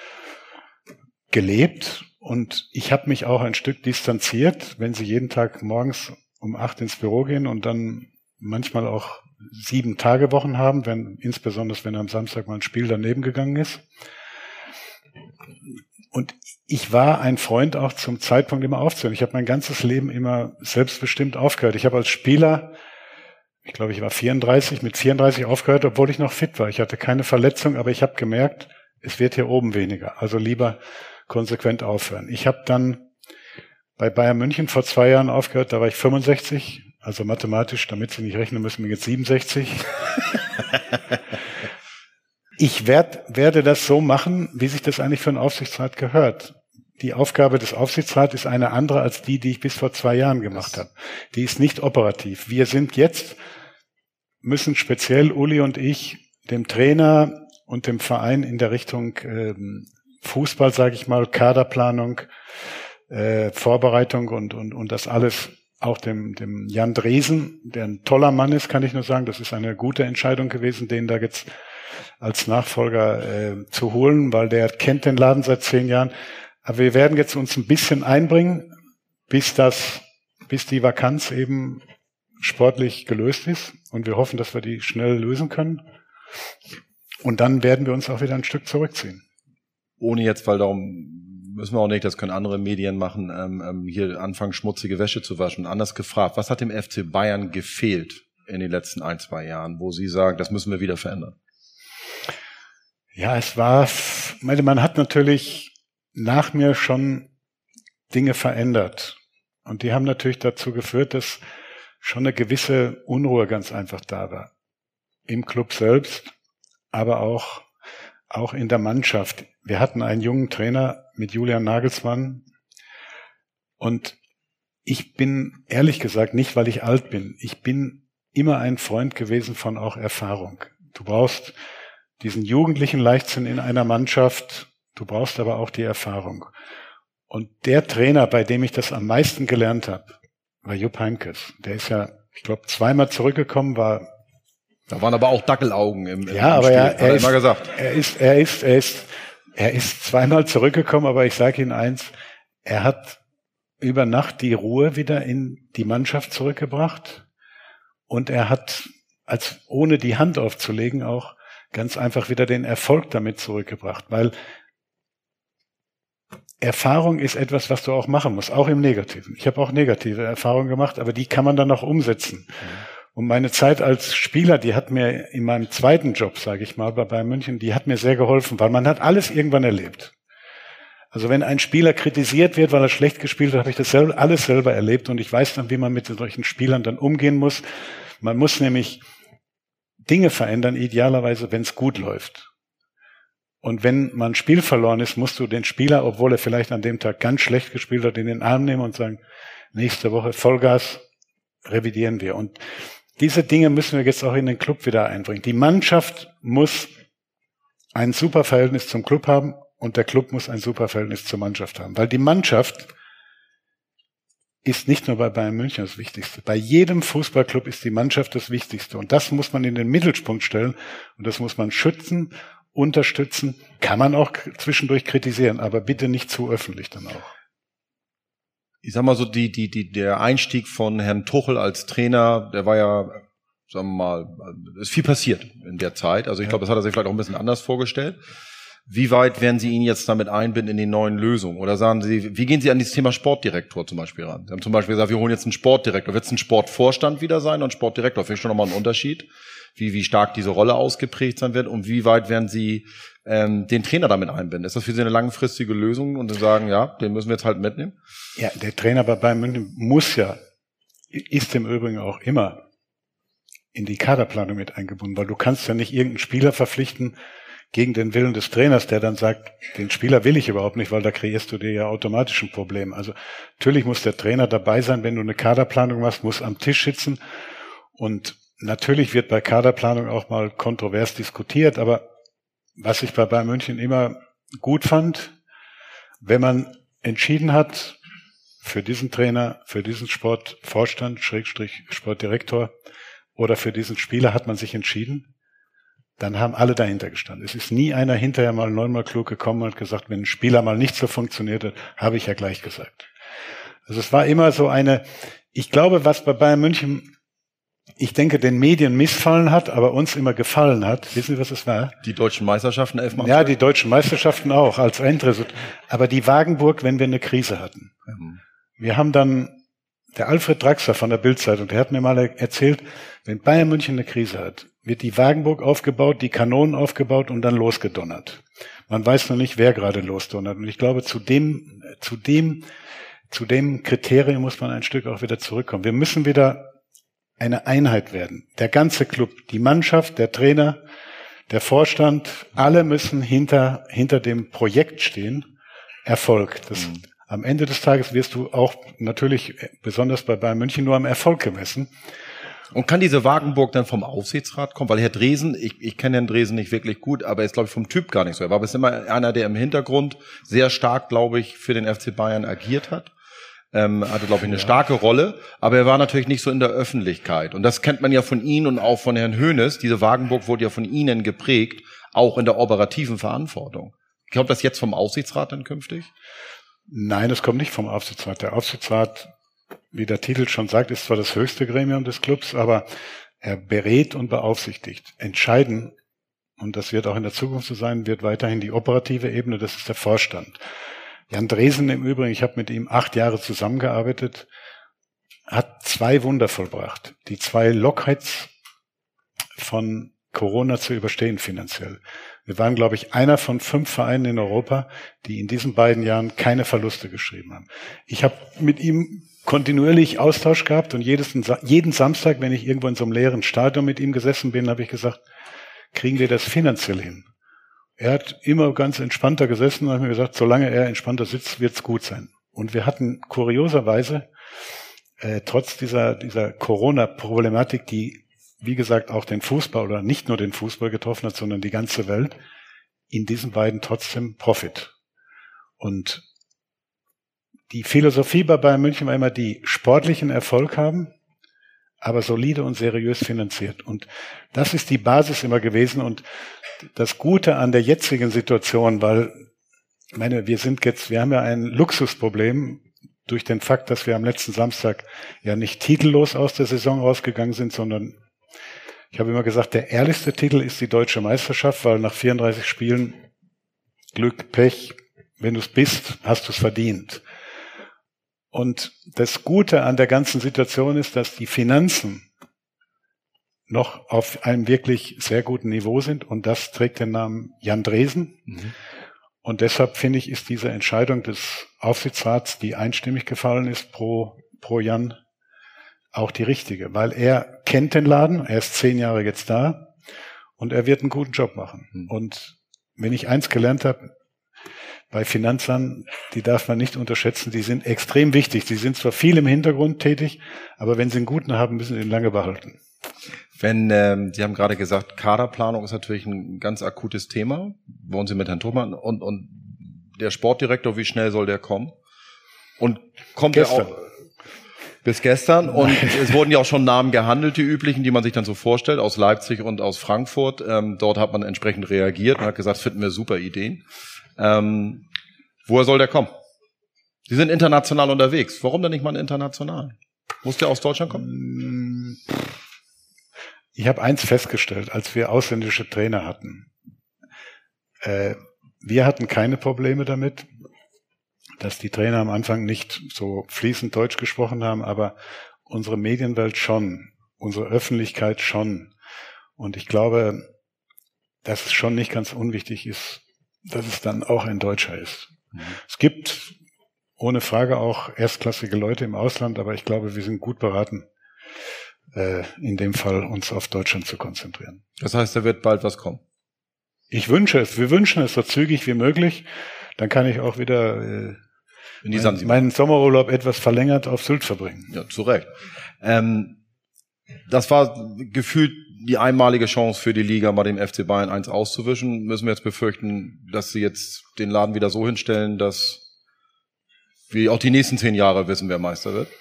gelebt und ich habe mich auch ein Stück distanziert, wenn Sie jeden Tag morgens um acht ins Büro gehen und dann manchmal auch sieben Tagewochen haben, wenn, insbesondere wenn am Samstag mal ein Spiel daneben gegangen ist. Und ich war ein Freund auch zum Zeitpunkt immer aufzuhören. Ich habe mein ganzes Leben immer selbstbestimmt aufgehört. Ich habe als Spieler, ich glaube, ich war vierunddreißig, mit vierunddreißig aufgehört, obwohl ich noch fit war. Ich hatte keine Verletzung, aber ich habe gemerkt, es wird hier oben weniger. Also lieber konsequent aufhören. Ich habe dann bei Bayern München vor zwei Jahren aufgehört, da war ich fünfundsechzig, also mathematisch, damit Sie nicht rechnen müssen, mir jetzt siebenundsechzig. Ich werd, werde das so machen, wie sich das eigentlich für einen Aufsichtsrat gehört. Die Aufgabe des Aufsichtsrats ist eine andere als die, die ich bis vor zwei Jahren gemacht habe. Die ist nicht operativ. Wir sind jetzt, müssen speziell Uli und ich dem Trainer und dem Verein in der Richtung ähm, Fußball, sage ich mal, Kaderplanung, äh, Vorbereitung und, und, und das alles auch dem, dem Jan Dresen, der ein toller Mann ist, kann ich nur sagen. Das ist eine gute Entscheidung gewesen, den da jetzt als Nachfolger äh, zu holen, weil der kennt den Laden seit zehn Jahren. Aber wir werden jetzt uns ein bisschen einbringen, bis das, bis die Vakanz eben sportlich gelöst ist. Und wir hoffen, dass wir die schnell lösen können. Und dann werden wir uns auch wieder ein Stück zurückziehen. Ohne jetzt, weil darum müssen wir auch nicht, das können andere Medien machen, ähm, hier anfangen, schmutzige Wäsche zu waschen. Anders gefragt, was hat dem F C Bayern gefehlt in den letzten ein, zwei Jahren, wo Sie sagen, das müssen wir wieder verändern? Ja, es war, ich meine, man hat natürlich nach mir schon Dinge verändert. Und die haben natürlich dazu geführt, dass schon eine gewisse Unruhe ganz einfach da war. Im Club selbst, aber auch, auch in der Mannschaft. Wir hatten einen jungen Trainer mit Julian Nagelsmann. Und ich bin, ehrlich gesagt, nicht, weil ich alt bin. Ich bin immer ein Freund gewesen von auch Erfahrung. Du brauchst diesen jugendlichen Leichtsinn in einer Mannschaft, du brauchst aber auch die Erfahrung. Und der Trainer, bei dem ich das am meisten gelernt habe, war Jupp Heynckes. Der ist ja, ich glaube, zweimal zurückgekommen, war... Da waren aber auch Dackelaugen im, im Ja, aber Spiel, er, er, er ist, immer gesagt. er ist, er ist, er ist, er ist zweimal zurückgekommen, aber ich sage Ihnen eins, er hat über Nacht die Ruhe wieder in die Mannschaft zurückgebracht und er hat, als ohne die Hand aufzulegen, auch ganz einfach wieder den Erfolg damit zurückgebracht, weil Erfahrung ist etwas, was du auch machen musst, auch im Negativen. Ich habe auch negative Erfahrungen gemacht, aber die kann man dann auch umsetzen. Mhm. Und meine Zeit als Spieler, die hat mir in meinem zweiten Job, sage ich mal, bei Bayern München, die hat mir sehr geholfen, weil man hat alles irgendwann erlebt. Also wenn ein Spieler kritisiert wird, weil er schlecht gespielt hat, habe ich das selber, alles selber erlebt und ich weiß dann, wie man mit solchen Spielern dann umgehen muss. Man muss nämlich Dinge verändern, idealerweise, wenn es gut läuft. Und wenn man ein Spiel verloren ist, musst du den Spieler, obwohl er vielleicht an dem Tag ganz schlecht gespielt hat, in den Arm nehmen und sagen, nächste Woche Vollgas, revidieren wir. Und diese Dinge müssen wir jetzt auch in den Club wieder einbringen. Die Mannschaft muss ein super Verhältnis zum Club haben und der Club muss ein super Verhältnis zur Mannschaft haben. Weil die Mannschaft ist nicht nur bei Bayern München das Wichtigste. Bei jedem Fußballclub ist die Mannschaft das Wichtigste. Und das muss man in den Mittelpunkt stellen. Und das muss man schützen, unterstützen. Kann man auch zwischendurch kritisieren, aber bitte nicht zu öffentlich dann auch. Ich sag mal so, die, die, die, der Einstieg von Herrn Tuchel als Trainer, der war ja, sagen wir mal, ist viel passiert in der Zeit. Also ich glaube, das hat er sich vielleicht auch ein bisschen anders vorgestellt. Wie weit werden Sie ihn jetzt damit einbinden in die neuen Lösungen? Oder sagen Sie, wie gehen Sie an dieses Thema Sportdirektor zum Beispiel ran? Sie haben zum Beispiel gesagt, wir holen jetzt einen Sportdirektor. Wird es ein Sportvorstand wieder sein und Sportdirektor? Finde ich schon nochmal einen Unterschied, wie, wie stark diese Rolle ausgeprägt sein wird und wie weit werden Sie ähm, den Trainer damit einbinden? Ist das für Sie eine langfristige Lösung und Sie sagen, ja, den müssen wir jetzt halt mitnehmen? Ja, der Trainer bei Bayern München muss ja, ist im Übrigen auch immer in die Kaderplanung mit eingebunden, weil du kannst ja nicht irgendeinen Spieler verpflichten, gegen den Willen des Trainers, der dann sagt, den Spieler will ich überhaupt nicht, weil da kreierst du dir ja automatisch ein Problem. Also natürlich muss der Trainer dabei sein, wenn du eine Kaderplanung machst, muss am Tisch sitzen und natürlich wird bei Kaderplanung auch mal kontrovers diskutiert, aber was ich bei Bayern München immer gut fand, wenn man entschieden hat, für diesen Trainer, für diesen Sportvorstand, Schrägstrich Sportdirektor oder für diesen Spieler hat man sich entschieden, dann haben alle dahinter gestanden. Es ist nie einer hinterher mal neunmal klug gekommen und hat gesagt, wenn ein Spieler mal nicht so funktioniert hat, habe ich ja gleich gesagt. Also es war immer so eine, ich glaube, was bei Bayern München, ich denke, den Medien missfallen hat, aber uns immer gefallen hat. Wissen Sie, was es war? Die deutschen Meisterschaften elfmal? Ja, die deutschen Meisterschaften auch als Endresult. Aber die Wagenburg, wenn wir eine Krise hatten. Mhm. Wir haben dann, der Alfred Draxler von der Bild-Zeitung, der hat mir mal erzählt, wenn Bayern München eine Krise hat, wird die Wagenburg aufgebaut, die Kanonen aufgebaut und dann losgedonnert. Man weiß noch nicht, wer gerade losdonnert. Und ich glaube, zu dem, zu dem, zu dem Kriterium muss man ein Stück auch wieder zurückkommen. Wir müssen wieder eine Einheit werden. Der ganze Club, die Mannschaft, der Trainer, der Vorstand, alle müssen hinter, hinter dem Projekt stehen. Erfolg. Das, mhm. Am Ende des Tages wirst du auch natürlich, besonders bei Bayern München, nur am Erfolg gemessen. Und kann diese Wagenburg dann vom Aufsichtsrat kommen? Weil Herr Dresen, ich, ich kenne Herrn Dresen nicht wirklich gut, aber er ist, glaube ich, vom Typ gar nicht so. Er war bis immer einer, der im Hintergrund sehr stark, glaube ich, für den F C Bayern agiert hat. Ähm, hatte, glaube ich, eine ja. starke Rolle, aber er war natürlich nicht so in der Öffentlichkeit. Und das kennt man ja von Ihnen und auch von Herrn Hoeneß. Diese Wagenburg wurde ja von Ihnen geprägt, auch in der operativen Verantwortung. Kommt das jetzt vom Aufsichtsrat dann künftig? Nein, es kommt nicht vom Aufsichtsrat. Der Aufsichtsrat, wie der Titel schon sagt, ist zwar das höchste Gremium des Clubs, aber er berät und beaufsichtigt. Entscheiden, und das wird auch in der Zukunft so sein, wird weiterhin die operative Ebene, das ist der Vorstand. Jan Dresen im Übrigen, ich habe mit ihm acht Jahre zusammengearbeitet, hat zwei Wunder vollbracht. Die zwei Lockheids von Corona zu überstehen finanziell. Wir waren, glaube ich, einer von fünf Vereinen in Europa, die in diesen beiden Jahren keine Verluste geschrieben haben. Ich habe mit ihm kontinuierlich Austausch gehabt und jedes, jeden Samstag, wenn ich irgendwo in so einem leeren Stadion mit ihm gesessen bin, habe ich gesagt, kriegen wir das finanziell hin? Er hat immer ganz entspannter gesessen und hat mir gesagt, solange er entspannter sitzt, wird's gut sein. Und wir hatten kurioserweise, äh, trotz dieser, dieser Corona-Problematik, die, wie gesagt, auch den Fußball oder nicht nur den Fußball getroffen hat, sondern die ganze Welt, in diesen beiden trotzdem Profit. Und die Philosophie bei Bayern München war immer, die sportlichen Erfolg haben, aber solide und seriös finanziert. Und das ist die Basis immer gewesen. Und das Gute an der jetzigen Situation, weil, ich meine, wir sind jetzt, wir haben ja ein Luxusproblem durch den Fakt, dass wir am letzten Samstag ja nicht titellos aus der Saison rausgegangen sind, sondern ich habe immer gesagt, der ehrlichste Titel ist die deutsche Meisterschaft, weil nach vierunddreißig Spielen Glück, Pech, wenn du es bist, hast du es verdient. Und das Gute an der ganzen Situation ist, dass die Finanzen noch auf einem wirklich sehr guten Niveau sind und das trägt den Namen Jan Dresen. Mhm. Und deshalb finde ich, ist diese Entscheidung des Aufsichtsrats, die einstimmig gefallen ist pro, pro Jan, auch die richtige, weil er kennt den Laden, er ist zehn Jahre jetzt da und er wird einen guten Job machen. Mhm. Und wenn ich eins gelernt habe, bei Finanzern, die darf man nicht unterschätzen, die sind extrem wichtig. Die sind zwar viel im Hintergrund tätig, aber wenn sie einen guten haben, müssen sie ihn lange behalten. Wenn, ähm, Sie haben gerade gesagt, Kaderplanung ist natürlich ein ganz akutes Thema. Wollen Sie mit Herrn Truppmann und, und der Sportdirektor, wie schnell soll der kommen? Und kommt er auch bis gestern? Und es wurden ja auch schon Namen gehandelt, die üblichen, die man sich dann so vorstellt, aus Leipzig und aus Frankfurt. Ähm, dort hat man entsprechend reagiert und hat gesagt, das finden wir super Ideen. Ähm, woher soll der kommen? Sie sind international unterwegs. Warum denn nicht mal international? Muss der aus Deutschland kommen? Ich habe eins festgestellt, als wir ausländische Trainer hatten. Äh, wir hatten keine Probleme damit, dass die Trainer am Anfang nicht so fließend Deutsch gesprochen haben, aber unsere Medienwelt schon, unsere Öffentlichkeit schon. Und ich glaube, dass es schon nicht ganz unwichtig ist, dass es dann auch ein Deutscher ist. Mhm. Es gibt ohne Frage auch erstklassige Leute im Ausland, aber ich glaube, wir sind gut beraten, äh, in dem Fall uns auf Deutschland zu konzentrieren. Das heißt, da wird bald was kommen? Ich wünsche es. Wir wünschen es so zügig wie möglich. Dann kann ich auch wieder äh, in die mein, meinen Sommerurlaub etwas verlängert auf Sylt verbringen. Ja, zu Recht. Ähm, das war gefühlt die einmalige Chance für die Liga, mal dem F C Bayern eins auszuwischen. Müssen wir jetzt befürchten, dass sie jetzt den Laden wieder so hinstellen, dass wir auch die nächsten zehn Jahre wissen, wer Meister wird?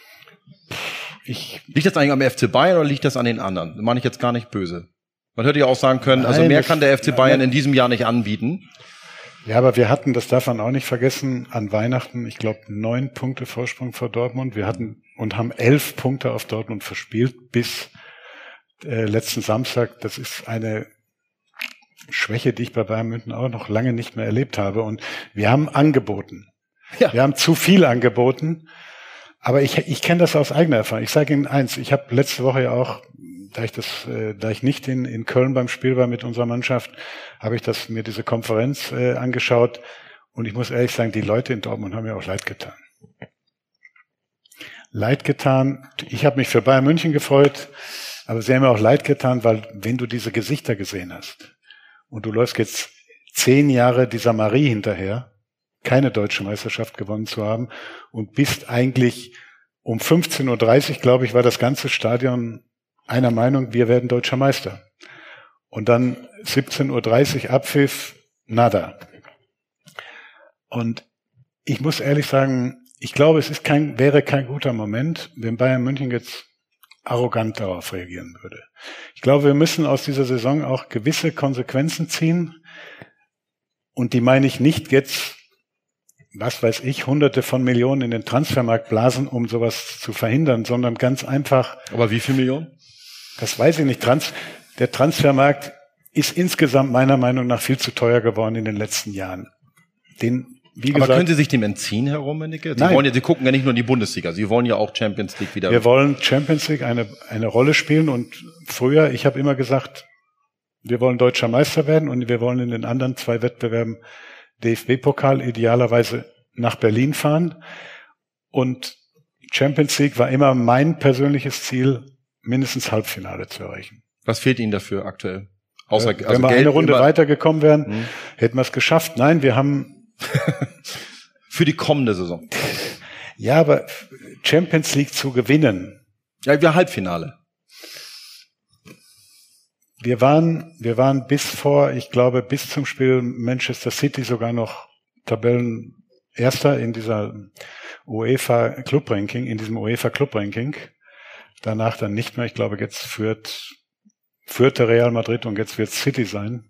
Ich, liegt das eigentlich am F C Bayern oder liegt das an den anderen? Das meine ich jetzt gar nicht böse. Man hätte ja auch sagen können, also mehr kann der F C Bayern in diesem Jahr nicht anbieten. Ja, aber wir hatten, das darf man auch nicht vergessen, an Weihnachten, ich glaube, neun Punkte Vorsprung vor Dortmund. Wir hatten und haben elf Punkte auf Dortmund verspielt bis äh, letzten Samstag. Das ist eine Schwäche, die ich bei Bayern München auch noch lange nicht mehr erlebt habe. Und wir haben angeboten. Ja. Wir haben zu viel angeboten. Aber ich, ich kenne das aus eigener Erfahrung. Ich sage Ihnen eins, ich habe letzte Woche ja auch, da ich das, äh, da ich nicht in, in Köln beim Spiel war mit unserer Mannschaft, habe ich das mir diese Konferenz äh, angeschaut. Und ich muss ehrlich sagen, die Leute in Dortmund haben mir auch leid getan. Leid getan. Ich habe mich für Bayern München gefreut, aber sie haben mir auch leid getan, weil wenn du diese Gesichter gesehen hast und du läufst jetzt zehn Jahre dieser Marie hinterher, keine deutsche Meisterschaft gewonnen zu haben und bist eigentlich um fünfzehn Uhr dreißig, glaube ich, war das ganze Stadion einer Meinung, wir werden deutscher Meister. Und dann siebzehn Uhr dreißig Abpfiff, nada. Und ich muss ehrlich sagen, ich glaube, es ist kein, wäre kein guter Moment, wenn Bayern München jetzt arrogant darauf reagieren würde. Ich glaube, wir müssen aus dieser Saison auch gewisse Konsequenzen ziehen. Und die meine ich nicht jetzt, was weiß ich, hunderte von Millionen in den Transfermarkt blasen, um sowas zu verhindern, sondern ganz einfach. Aber wie viel Millionen? Das weiß ich nicht. Trans- der Transfermarkt ist insgesamt meiner Meinung nach viel zu teuer geworden in den letzten Jahren. Den, wie gesagt, aber können Sie sich dem entziehen, Herr Rummenigge? Sie, wollen ja, Sie gucken ja nicht nur in die Bundesliga, Sie wollen ja auch Champions League wieder. Wir wollen Champions League eine, eine Rolle spielen und früher, ich habe immer gesagt, Wir wollen deutscher Meister werden und wir wollen in den anderen zwei Wettbewerben D F B-Pokal idealerweise nach Berlin fahren. Und Champions League war immer mein persönliches Ziel, mindestens Halbfinale zu erreichen. Was fehlt Ihnen dafür aktuell? Außer, Wenn also wir Geld eine Runde immer weitergekommen wären, hm. hätten wir es geschafft. Nein, wir haben... für die kommende Saison. Ja, aber Champions League zu gewinnen. Ja, wir Halbfinale. Wir waren, wir waren bis vor, ich glaube, bis zum Spiel Manchester City sogar noch Tabellenerster in dieser UEFA Club Ranking, in diesem UEFA Club Ranking. Danach dann nicht mehr. Ich glaube, jetzt führt, führte Real Madrid und jetzt wird City sein.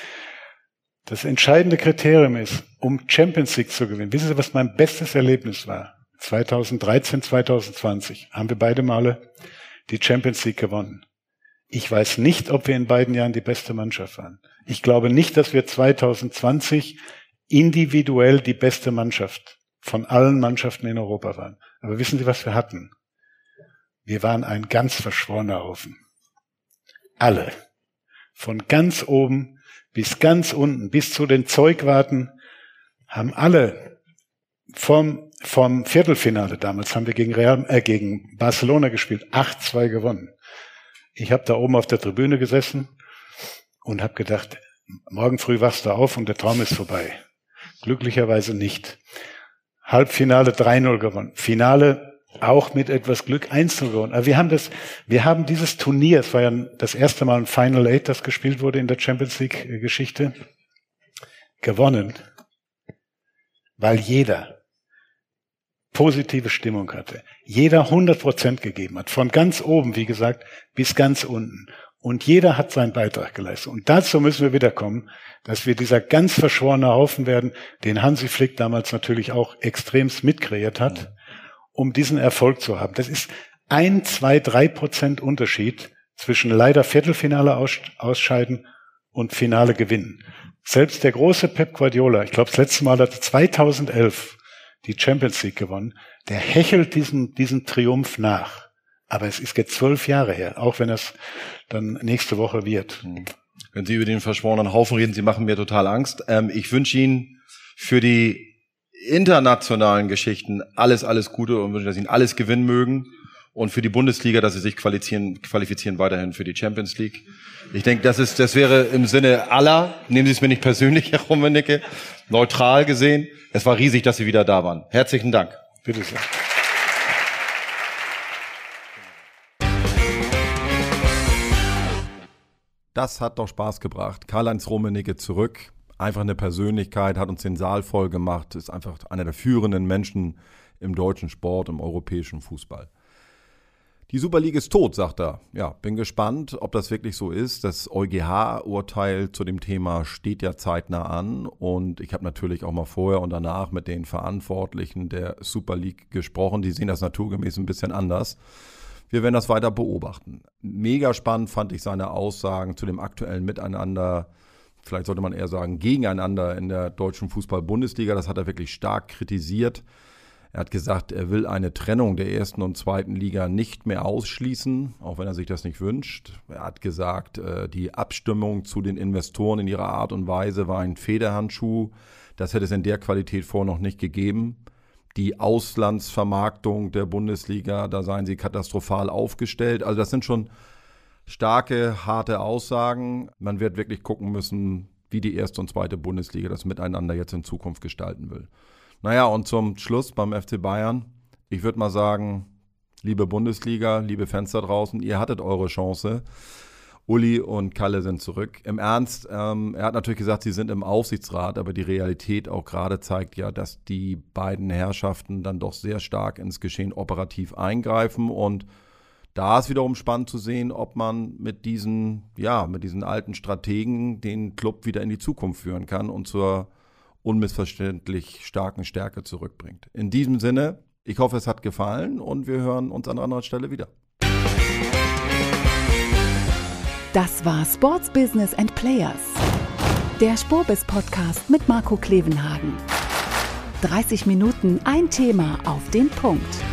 Das entscheidende Kriterium ist, um Champions League zu gewinnen. Wissen Sie, was mein bestes Erlebnis war? zweitausenddreizehn, zweitausendzwanzig haben wir beide Male die Champions League gewonnen. Ich weiß nicht, ob wir in beiden Jahren die beste Mannschaft waren. Ich glaube nicht, dass wir zweitausendzwanzig individuell die beste Mannschaft von allen Mannschaften in Europa waren. Aber wissen Sie, was wir hatten? Wir waren ein ganz verschworener Haufen. Alle. Von ganz oben bis ganz unten, bis zu den Zeugwarten, haben alle vom, vom Viertelfinale damals, haben wir gegen Real, äh, gegen Barcelona gespielt, acht zwei gewonnen. Ich habe da oben auf der Tribüne gesessen und habe gedacht, morgen früh wachst du auf und der Traum ist vorbei. Glücklicherweise nicht. Halbfinale drei null gewonnen. Finale auch mit etwas Glück eins null gewonnen. Aber wir haben das, wir haben dieses Turnier, es war ja das erste Mal ein Final Eight, das gespielt wurde in der Champions League Geschichte, gewonnen, weil jeder positive Stimmung hatte. Jeder hundert Prozent gegeben hat. Von ganz oben, wie gesagt, bis ganz unten. Und jeder hat seinen Beitrag geleistet. Und dazu müssen wir wieder kommen, dass wir dieser ganz verschworene Haufen werden, den Hansi Flick damals natürlich auch extremst mitkreiert hat, um diesen Erfolg zu haben. Das ist ein, zwei, drei Prozent Unterschied zwischen leider Viertelfinale ausscheiden und Finale gewinnen. Selbst der große Pep Guardiola, ich glaube, das letzte Mal hat er zweitausendelf die Champions League gewonnen, der hechelt diesen, diesen Triumph nach. Aber es ist jetzt zwölf Jahre her, auch wenn es dann nächste Woche wird. Wenn Sie über den verschworenen Haufen reden, Sie machen mir total Angst. Ähm, ich wünsche Ihnen für die internationalen Geschichten alles, alles Gute und wünsche, dass Sie Ihnen alles gewinnen mögen. Und für die Bundesliga, dass Sie sich qualifizieren, qualifizieren weiterhin für die Champions League. Ich denke, das ist, das wäre im Sinne aller, nehmen Sie es mir nicht persönlich, Herr Rummenigge, neutral gesehen. Es war riesig, dass Sie wieder da waren. Herzlichen Dank. Bitte sehr. Das hat doch Spaß gebracht. Karl-Heinz Rummenigge zurück. Einfach eine Persönlichkeit, hat uns den Saal voll gemacht, ist einfach einer der führenden Menschen im deutschen Sport, im europäischen Fußball. Die Super League ist tot, sagt er. Ja, bin gespannt, ob das wirklich so ist. Das EuGH-Urteil zu dem Thema steht ja zeitnah an. Und ich habe natürlich auch mal vorher und danach mit den Verantwortlichen der Super League gesprochen. Die sehen das naturgemäß ein bisschen anders. Wir werden das weiter beobachten. Mega spannend fand ich seine Aussagen zu dem aktuellen Miteinander, vielleicht sollte man eher sagen Gegeneinander in der deutschen Fußball-Bundesliga. Das hat er wirklich stark kritisiert. Er hat gesagt, er will eine Trennung der ersten und zweiten Liga nicht mehr ausschließen, auch wenn er sich das nicht wünscht. Er hat gesagt, die Abstimmung zu den Investoren in ihrer Art und Weise war ein Federhandschuh. Das hätte es in der Qualität vorher noch nicht gegeben. Die Auslandsvermarktung der Bundesliga, da seien sie katastrophal aufgestellt. Also das sind schon starke, harte Aussagen. Man wird wirklich gucken müssen, wie die erste und zweite Bundesliga das miteinander jetzt in Zukunft gestalten will. Naja, und zum Schluss beim F C Bayern. Ich würde mal sagen, liebe Bundesliga, liebe Fans da draußen, ihr hattet eure Chance. Uli und Kalle sind zurück. Im Ernst, ähm, er hat natürlich gesagt, sie sind im Aufsichtsrat, aber die Realität auch gerade zeigt ja, dass die beiden Herrschaften dann doch sehr stark ins Geschehen operativ eingreifen. Und da ist wiederum spannend zu sehen, ob man mit diesen, ja, mit diesen alten Strategen den Club wieder in die Zukunft führen kann und zur unmissverständlich starken Stärke zurückbringt. In diesem Sinne, ich hoffe, es hat gefallen und wir hören uns an anderer Stelle wieder. Das war Sports Business and Players, der Spurbis-Podcast mit Marco Klevenhagen. dreißig Minuten, ein Thema auf den Punkt.